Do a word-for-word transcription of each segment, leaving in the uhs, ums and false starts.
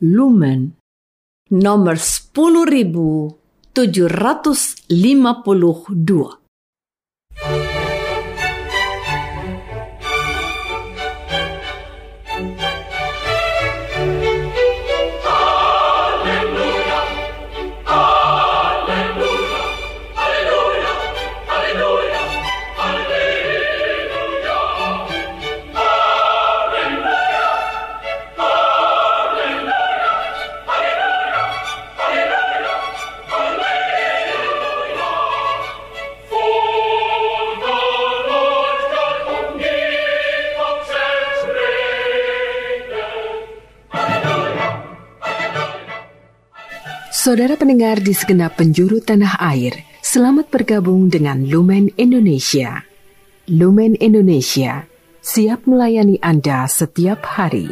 Lumen nomor sepuluh ribu tujuh ratus lima puluh dua. Saudara pendengar di segenap penjuru tanah air, selamat bergabung dengan Lumen Indonesia. Lumen Indonesia, siap melayani Anda setiap hari.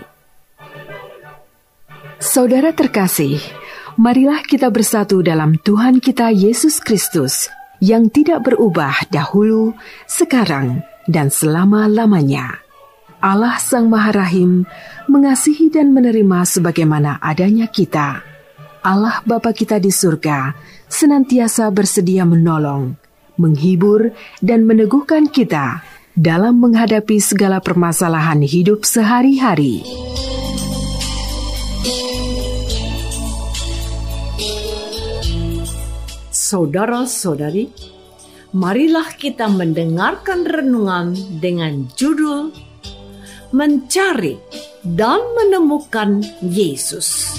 Saudara terkasih, marilah kita bersatu dalam Tuhan kita Yesus Kristus, yang tidak berubah dahulu, sekarang, dan selama-lamanya. Allah Sang Maha Rahim, mengasihi dan menerima sebagaimana adanya kita. Allah Bapa kita di surga senantiasa bersedia menolong, menghibur, dan meneguhkan kita dalam menghadapi segala permasalahan hidup sehari-hari. Saudara-saudari, marilah kita mendengarkan renungan dengan judul Mencari dan Menemukan Yesus.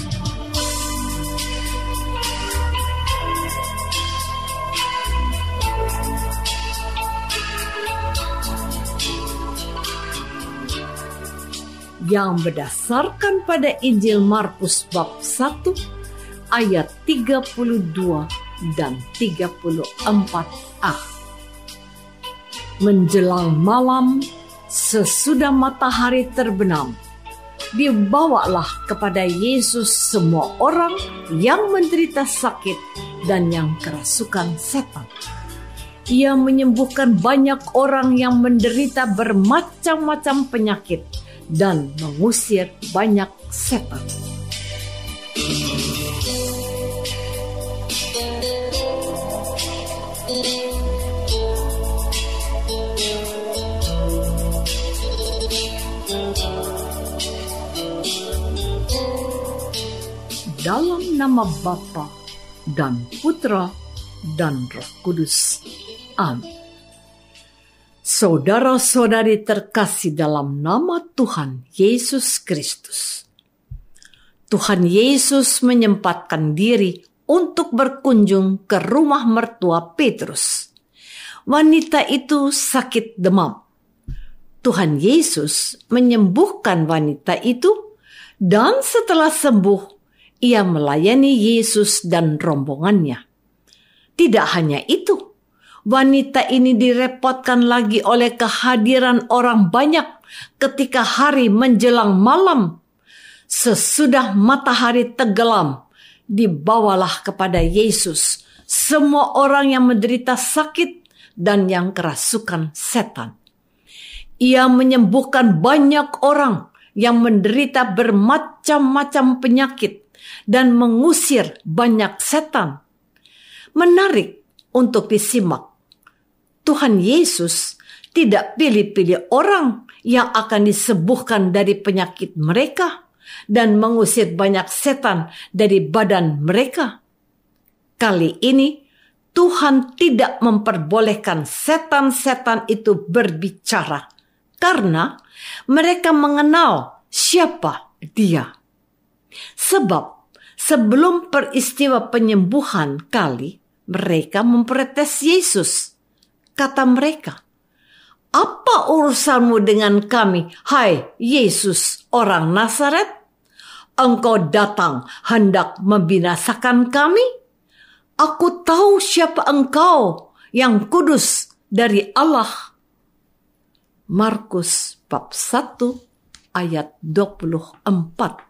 Yang berdasarkan pada Injil Markus bab satu ayat tiga puluh dua dan tiga puluh empat a. Menjelang malam, sesudah matahari terbenam, dibawalah kepada Yesus semua orang yang menderita sakit dan yang kerasukan setan. Ia menyembuhkan banyak orang yang menderita bermacam-macam penyakit dan mengusir banyak setan. Dalam nama Bapa dan Putra dan Roh Kudus. Amin. Saudara-saudari terkasih dalam nama Tuhan Yesus Kristus. Tuhan Yesus menyempatkan diri untuk berkunjung ke rumah mertua Petrus. Wanita itu sakit demam. Tuhan Yesus menyembuhkan wanita itu, dan setelah sembuh, ia melayani Yesus dan rombongannya. Tidak hanya itu, wanita ini direpotkan lagi oleh kehadiran orang banyak ketika hari menjelang malam. Sesudah matahari tenggelam, dibawalah kepada Yesus semua orang yang menderita sakit dan yang kerasukan setan. Ia menyembuhkan banyak orang yang menderita bermacam-macam penyakit dan mengusir banyak setan. Menarik untuk disimak. Tuhan Yesus tidak pilih-pilih orang yang akan disembuhkan dari penyakit mereka dan mengusir banyak setan dari badan mereka. Kali ini Tuhan tidak memperbolehkan setan-setan itu berbicara karena mereka mengenal siapa Dia. Sebab sebelum peristiwa penyembuhan kali, mereka memprotes Yesus. Kata mereka, "Apa urusanmu dengan kami, hai Yesus orang Nazaret? Engkau datang hendak membinasakan kami? Aku tahu siapa engkau, yang kudus dari Allah." Markus bab satu ayat dua puluh empat.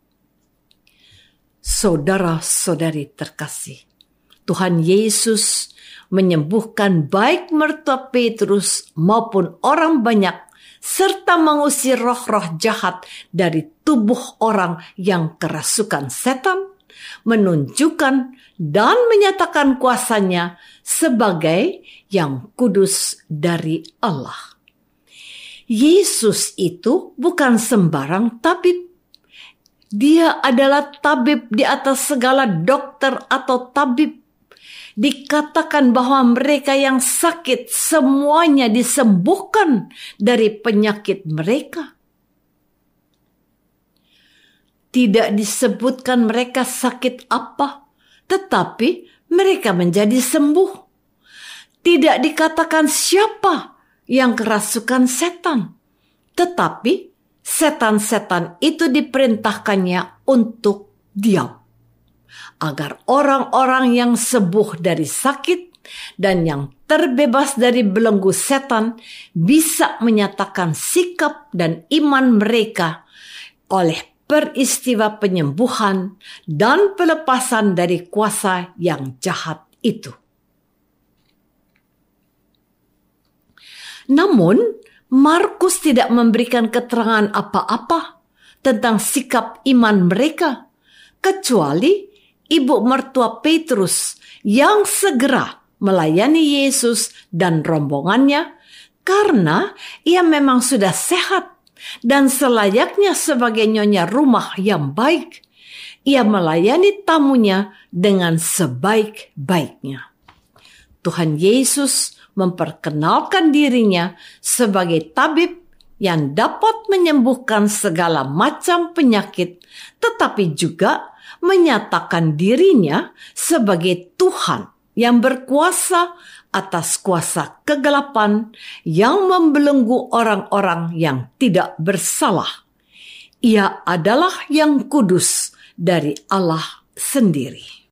Saudara-saudari terkasih, Tuhan Yesus menyembuhkan baik mertua Petrus maupun orang banyak serta mengusir roh-roh jahat dari tubuh orang yang kerasukan setan, menunjukkan dan menyatakan kuasanya sebagai yang kudus dari Allah. Yesus itu bukan sembarang tabib. Dia adalah tabib di atas segala dokter atau tabib. Dikatakan bahwa mereka yang sakit semuanya disembuhkan dari penyakit mereka. Tidak disebutkan mereka sakit apa, tetapi mereka menjadi sembuh. Tidak dikatakan siapa yang kerasukan setan, tetapi setan-setan itu diperintahkannya untuk diam, agar orang-orang yang sembuh dari sakit dan yang terbebas dari belenggu setan bisa menyatakan sikap dan iman mereka oleh peristiwa penyembuhan dan pelepasan dari kuasa yang jahat itu. Namun, Markus tidak memberikan keterangan apa-apa tentang sikap iman mereka, kecuali ibu mertua Petrus yang segera melayani Yesus dan rombongannya karena ia memang sudah sehat dan selayaknya sebagai nyonya rumah yang baik, ia melayani tamunya dengan sebaik-baiknya. Tuhan Yesus memperkenalkan dirinya sebagai tabib yang dapat menyembuhkan segala macam penyakit, tetapi juga menyatakan dirinya sebagai Tuhan yang berkuasa atas kuasa kegelapan yang membelenggu orang-orang yang tidak bersalah. Ia adalah yang kudus dari Allah sendiri.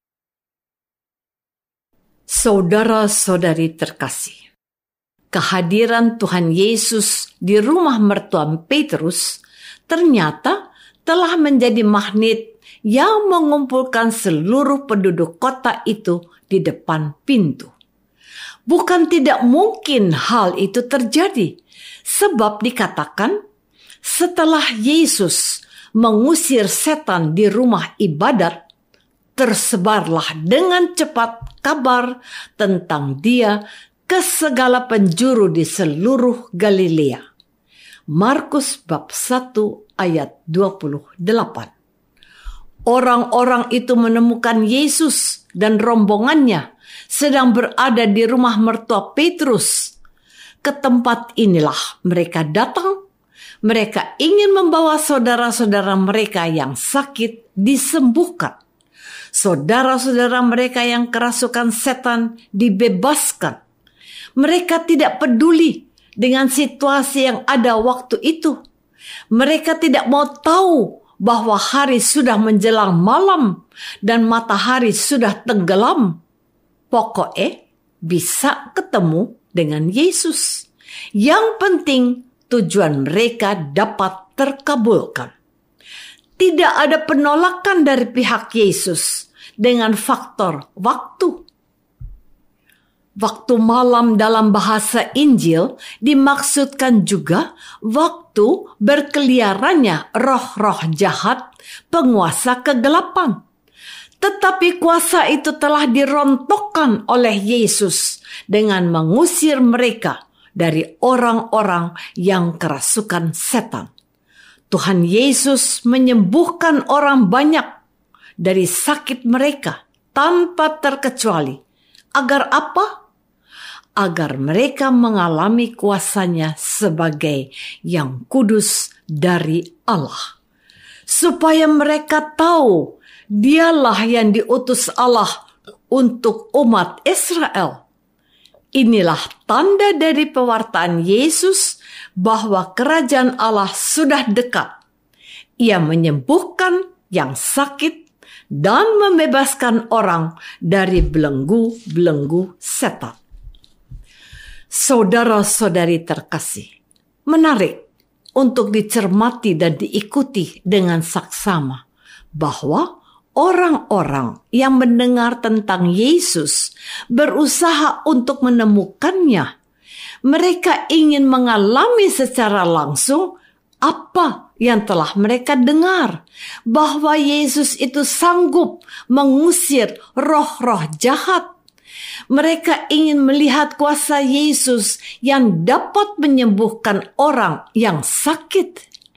Saudara-saudari terkasih, kehadiran Tuhan Yesus di rumah mertua Petrus ternyata telah menjadi magnet yang mengumpulkan seluruh penduduk kota itu di depan pintu. Bukan tidak mungkin hal itu terjadi, sebab dikatakan setelah Yesus mengusir setan di rumah ibadat, tersebarlah dengan cepat kabar tentang dia ke segala penjuru di seluruh Galilea. Markus bab satu ayat dua puluh delapan. Orang-orang itu menemukan Yesus dan rombongannya sedang berada di rumah mertua Petrus. Ke tempat inilah mereka datang. Mereka ingin membawa saudara-saudara mereka yang sakit disembuhkan. Saudara-saudara mereka yang kerasukan setan dibebaskan. Mereka tidak peduli dengan situasi yang ada waktu itu. Mereka tidak mau tahu bahwa hari sudah menjelang malam dan matahari sudah tenggelam. Pokoknya bisa ketemu dengan Yesus. Yang penting tujuan mereka dapat terkabulkan. Tidak ada penolakan dari pihak Yesus dengan faktor waktu. Waktu malam dalam bahasa Injil dimaksudkan juga waktu berkeliarannya roh-roh jahat, penguasa kegelapan. Tetapi kuasa itu telah dirontokkan oleh Yesus dengan mengusir mereka dari orang-orang yang kerasukan setan. Tuhan Yesus menyembuhkan orang banyak dari sakit mereka tanpa terkecuali. Agar apa? Agar mereka mengalami kuasanya sebagai yang kudus dari Allah. Supaya mereka tahu Dialah yang diutus Allah untuk umat Israel. Inilah tanda dari pewartaan Yesus bahwa kerajaan Allah sudah dekat. Ia menyembuhkan yang sakit dan membebaskan orang dari belenggu-belenggu setan. Saudara-saudari terkasih, menarik untuk dicermati dan diikuti dengan saksama bahwa orang-orang yang mendengar tentang Yesus berusaha untuk menemukannya. Mereka ingin mengalami secara langsung apa yang telah mereka dengar, bahwa Yesus itu sanggup mengusir roh-roh jahat. Mereka ingin melihat kuasa Yesus yang dapat menyembuhkan orang yang sakit.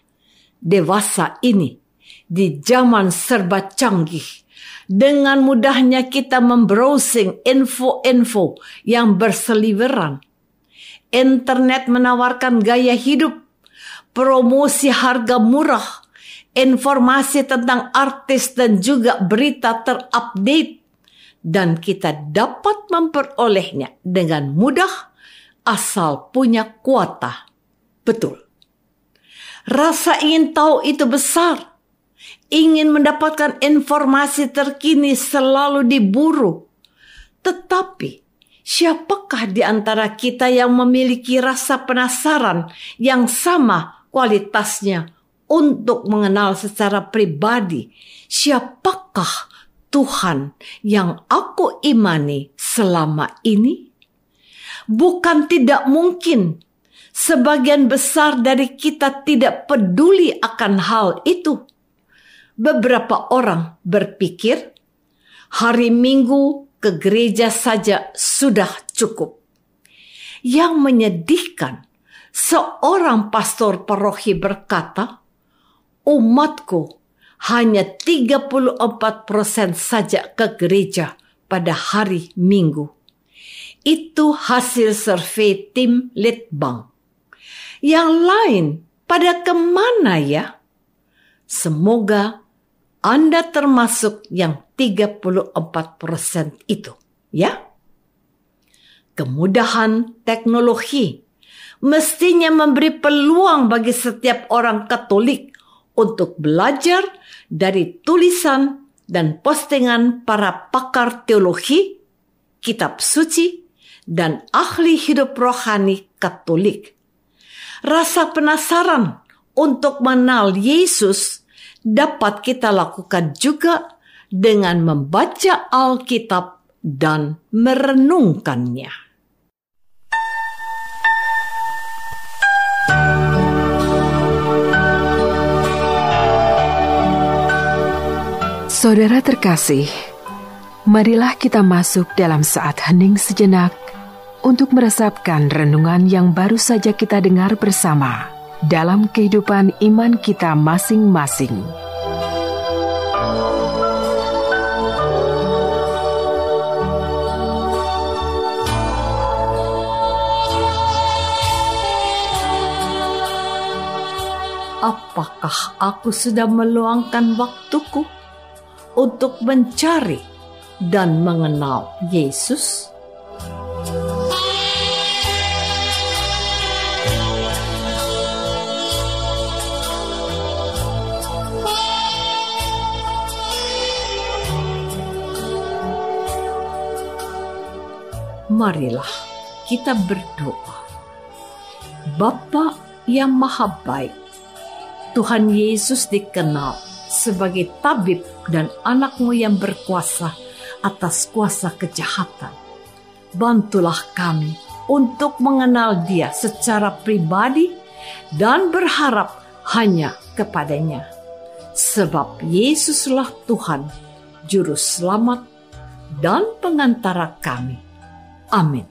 Dewasa ini, di zaman serba canggih, dengan mudahnya kita membrowsing info-info yang berseliweran. Internet menawarkan gaya hidup, promosi harga murah, informasi tentang artis dan juga berita terupdate. Dan kita dapat memperolehnya dengan mudah asal punya kuota. Betul. Rasa ingin tahu itu besar. Ingin mendapatkan informasi terkini selalu diburu. Tetapi siapakah di antara kita yang memiliki rasa penasaran yang sama kualitasnya untuk mengenal secara pribadi siapakah Tuhan yang aku imani selama ini? Bukan tidak mungkin. Sebagian besar dari kita tidak peduli akan hal itu. Beberapa orang berpikir hari Minggu ke gereja saja sudah cukup. Yang menyedihkan, seorang pastor paroki berkata, umatku hanya tiga puluh empat persen saja ke gereja pada hari Minggu. Itu hasil survei tim Litbang. Yang lain pada kemana ya? Semoga Anda termasuk yang tiga puluh empat persen itu, ya. Kemudahan teknologi mestinya memberi peluang bagi setiap orang Katolik untuk belajar dari tulisan dan postingan para pakar teologi, kitab suci, dan ahli hidup rohani Katolik. Rasa penasaran untuk mengenal Yesus dapat kita lakukan juga dengan membaca Alkitab dan merenungkannya. Saudara terkasih, marilah kita masuk dalam saat hening sejenak untuk meresapkan renungan yang baru saja kita dengar bersama dalam kehidupan iman kita masing-masing. Apakah aku sudah meluangkan waktuku untuk mencari dan mengenal Yesus? Marilah kita berdoa. Bapa yang Maha Baik, Tuhan Yesus dikenal sebagai tabib dan anak-Mu yang berkuasa atas kuasa kejahatan. Bantulah kami untuk mengenal Dia secara pribadi dan berharap hanya kepadanya. Sebab Yesuslah Tuhan, Juru Selamat dan Pengantara kami. Amin.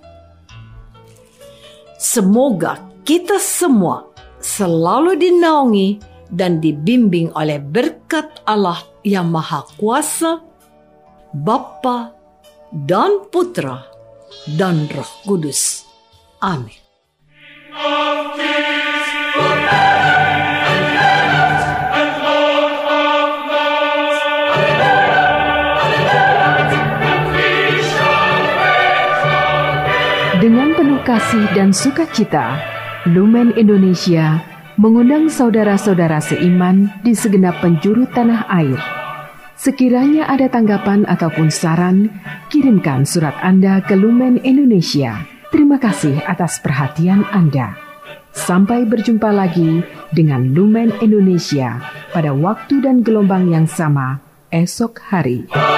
Semoga kita semua selalu dinaungi dan dibimbing oleh berkat Allah yang Maha Kuasa, Bapa dan Putra dan Roh Kudus. Amin. Dengan penuh kasih dan sukacita, Lumen Indonesia mengundang saudara-saudara seiman di segenap penjuru tanah air. Sekiranya ada tanggapan ataupun saran, kirimkan surat Anda ke Lumen Indonesia. Terima kasih atas perhatian Anda. Sampai berjumpa lagi dengan Lumen Indonesia pada waktu dan gelombang yang sama esok hari.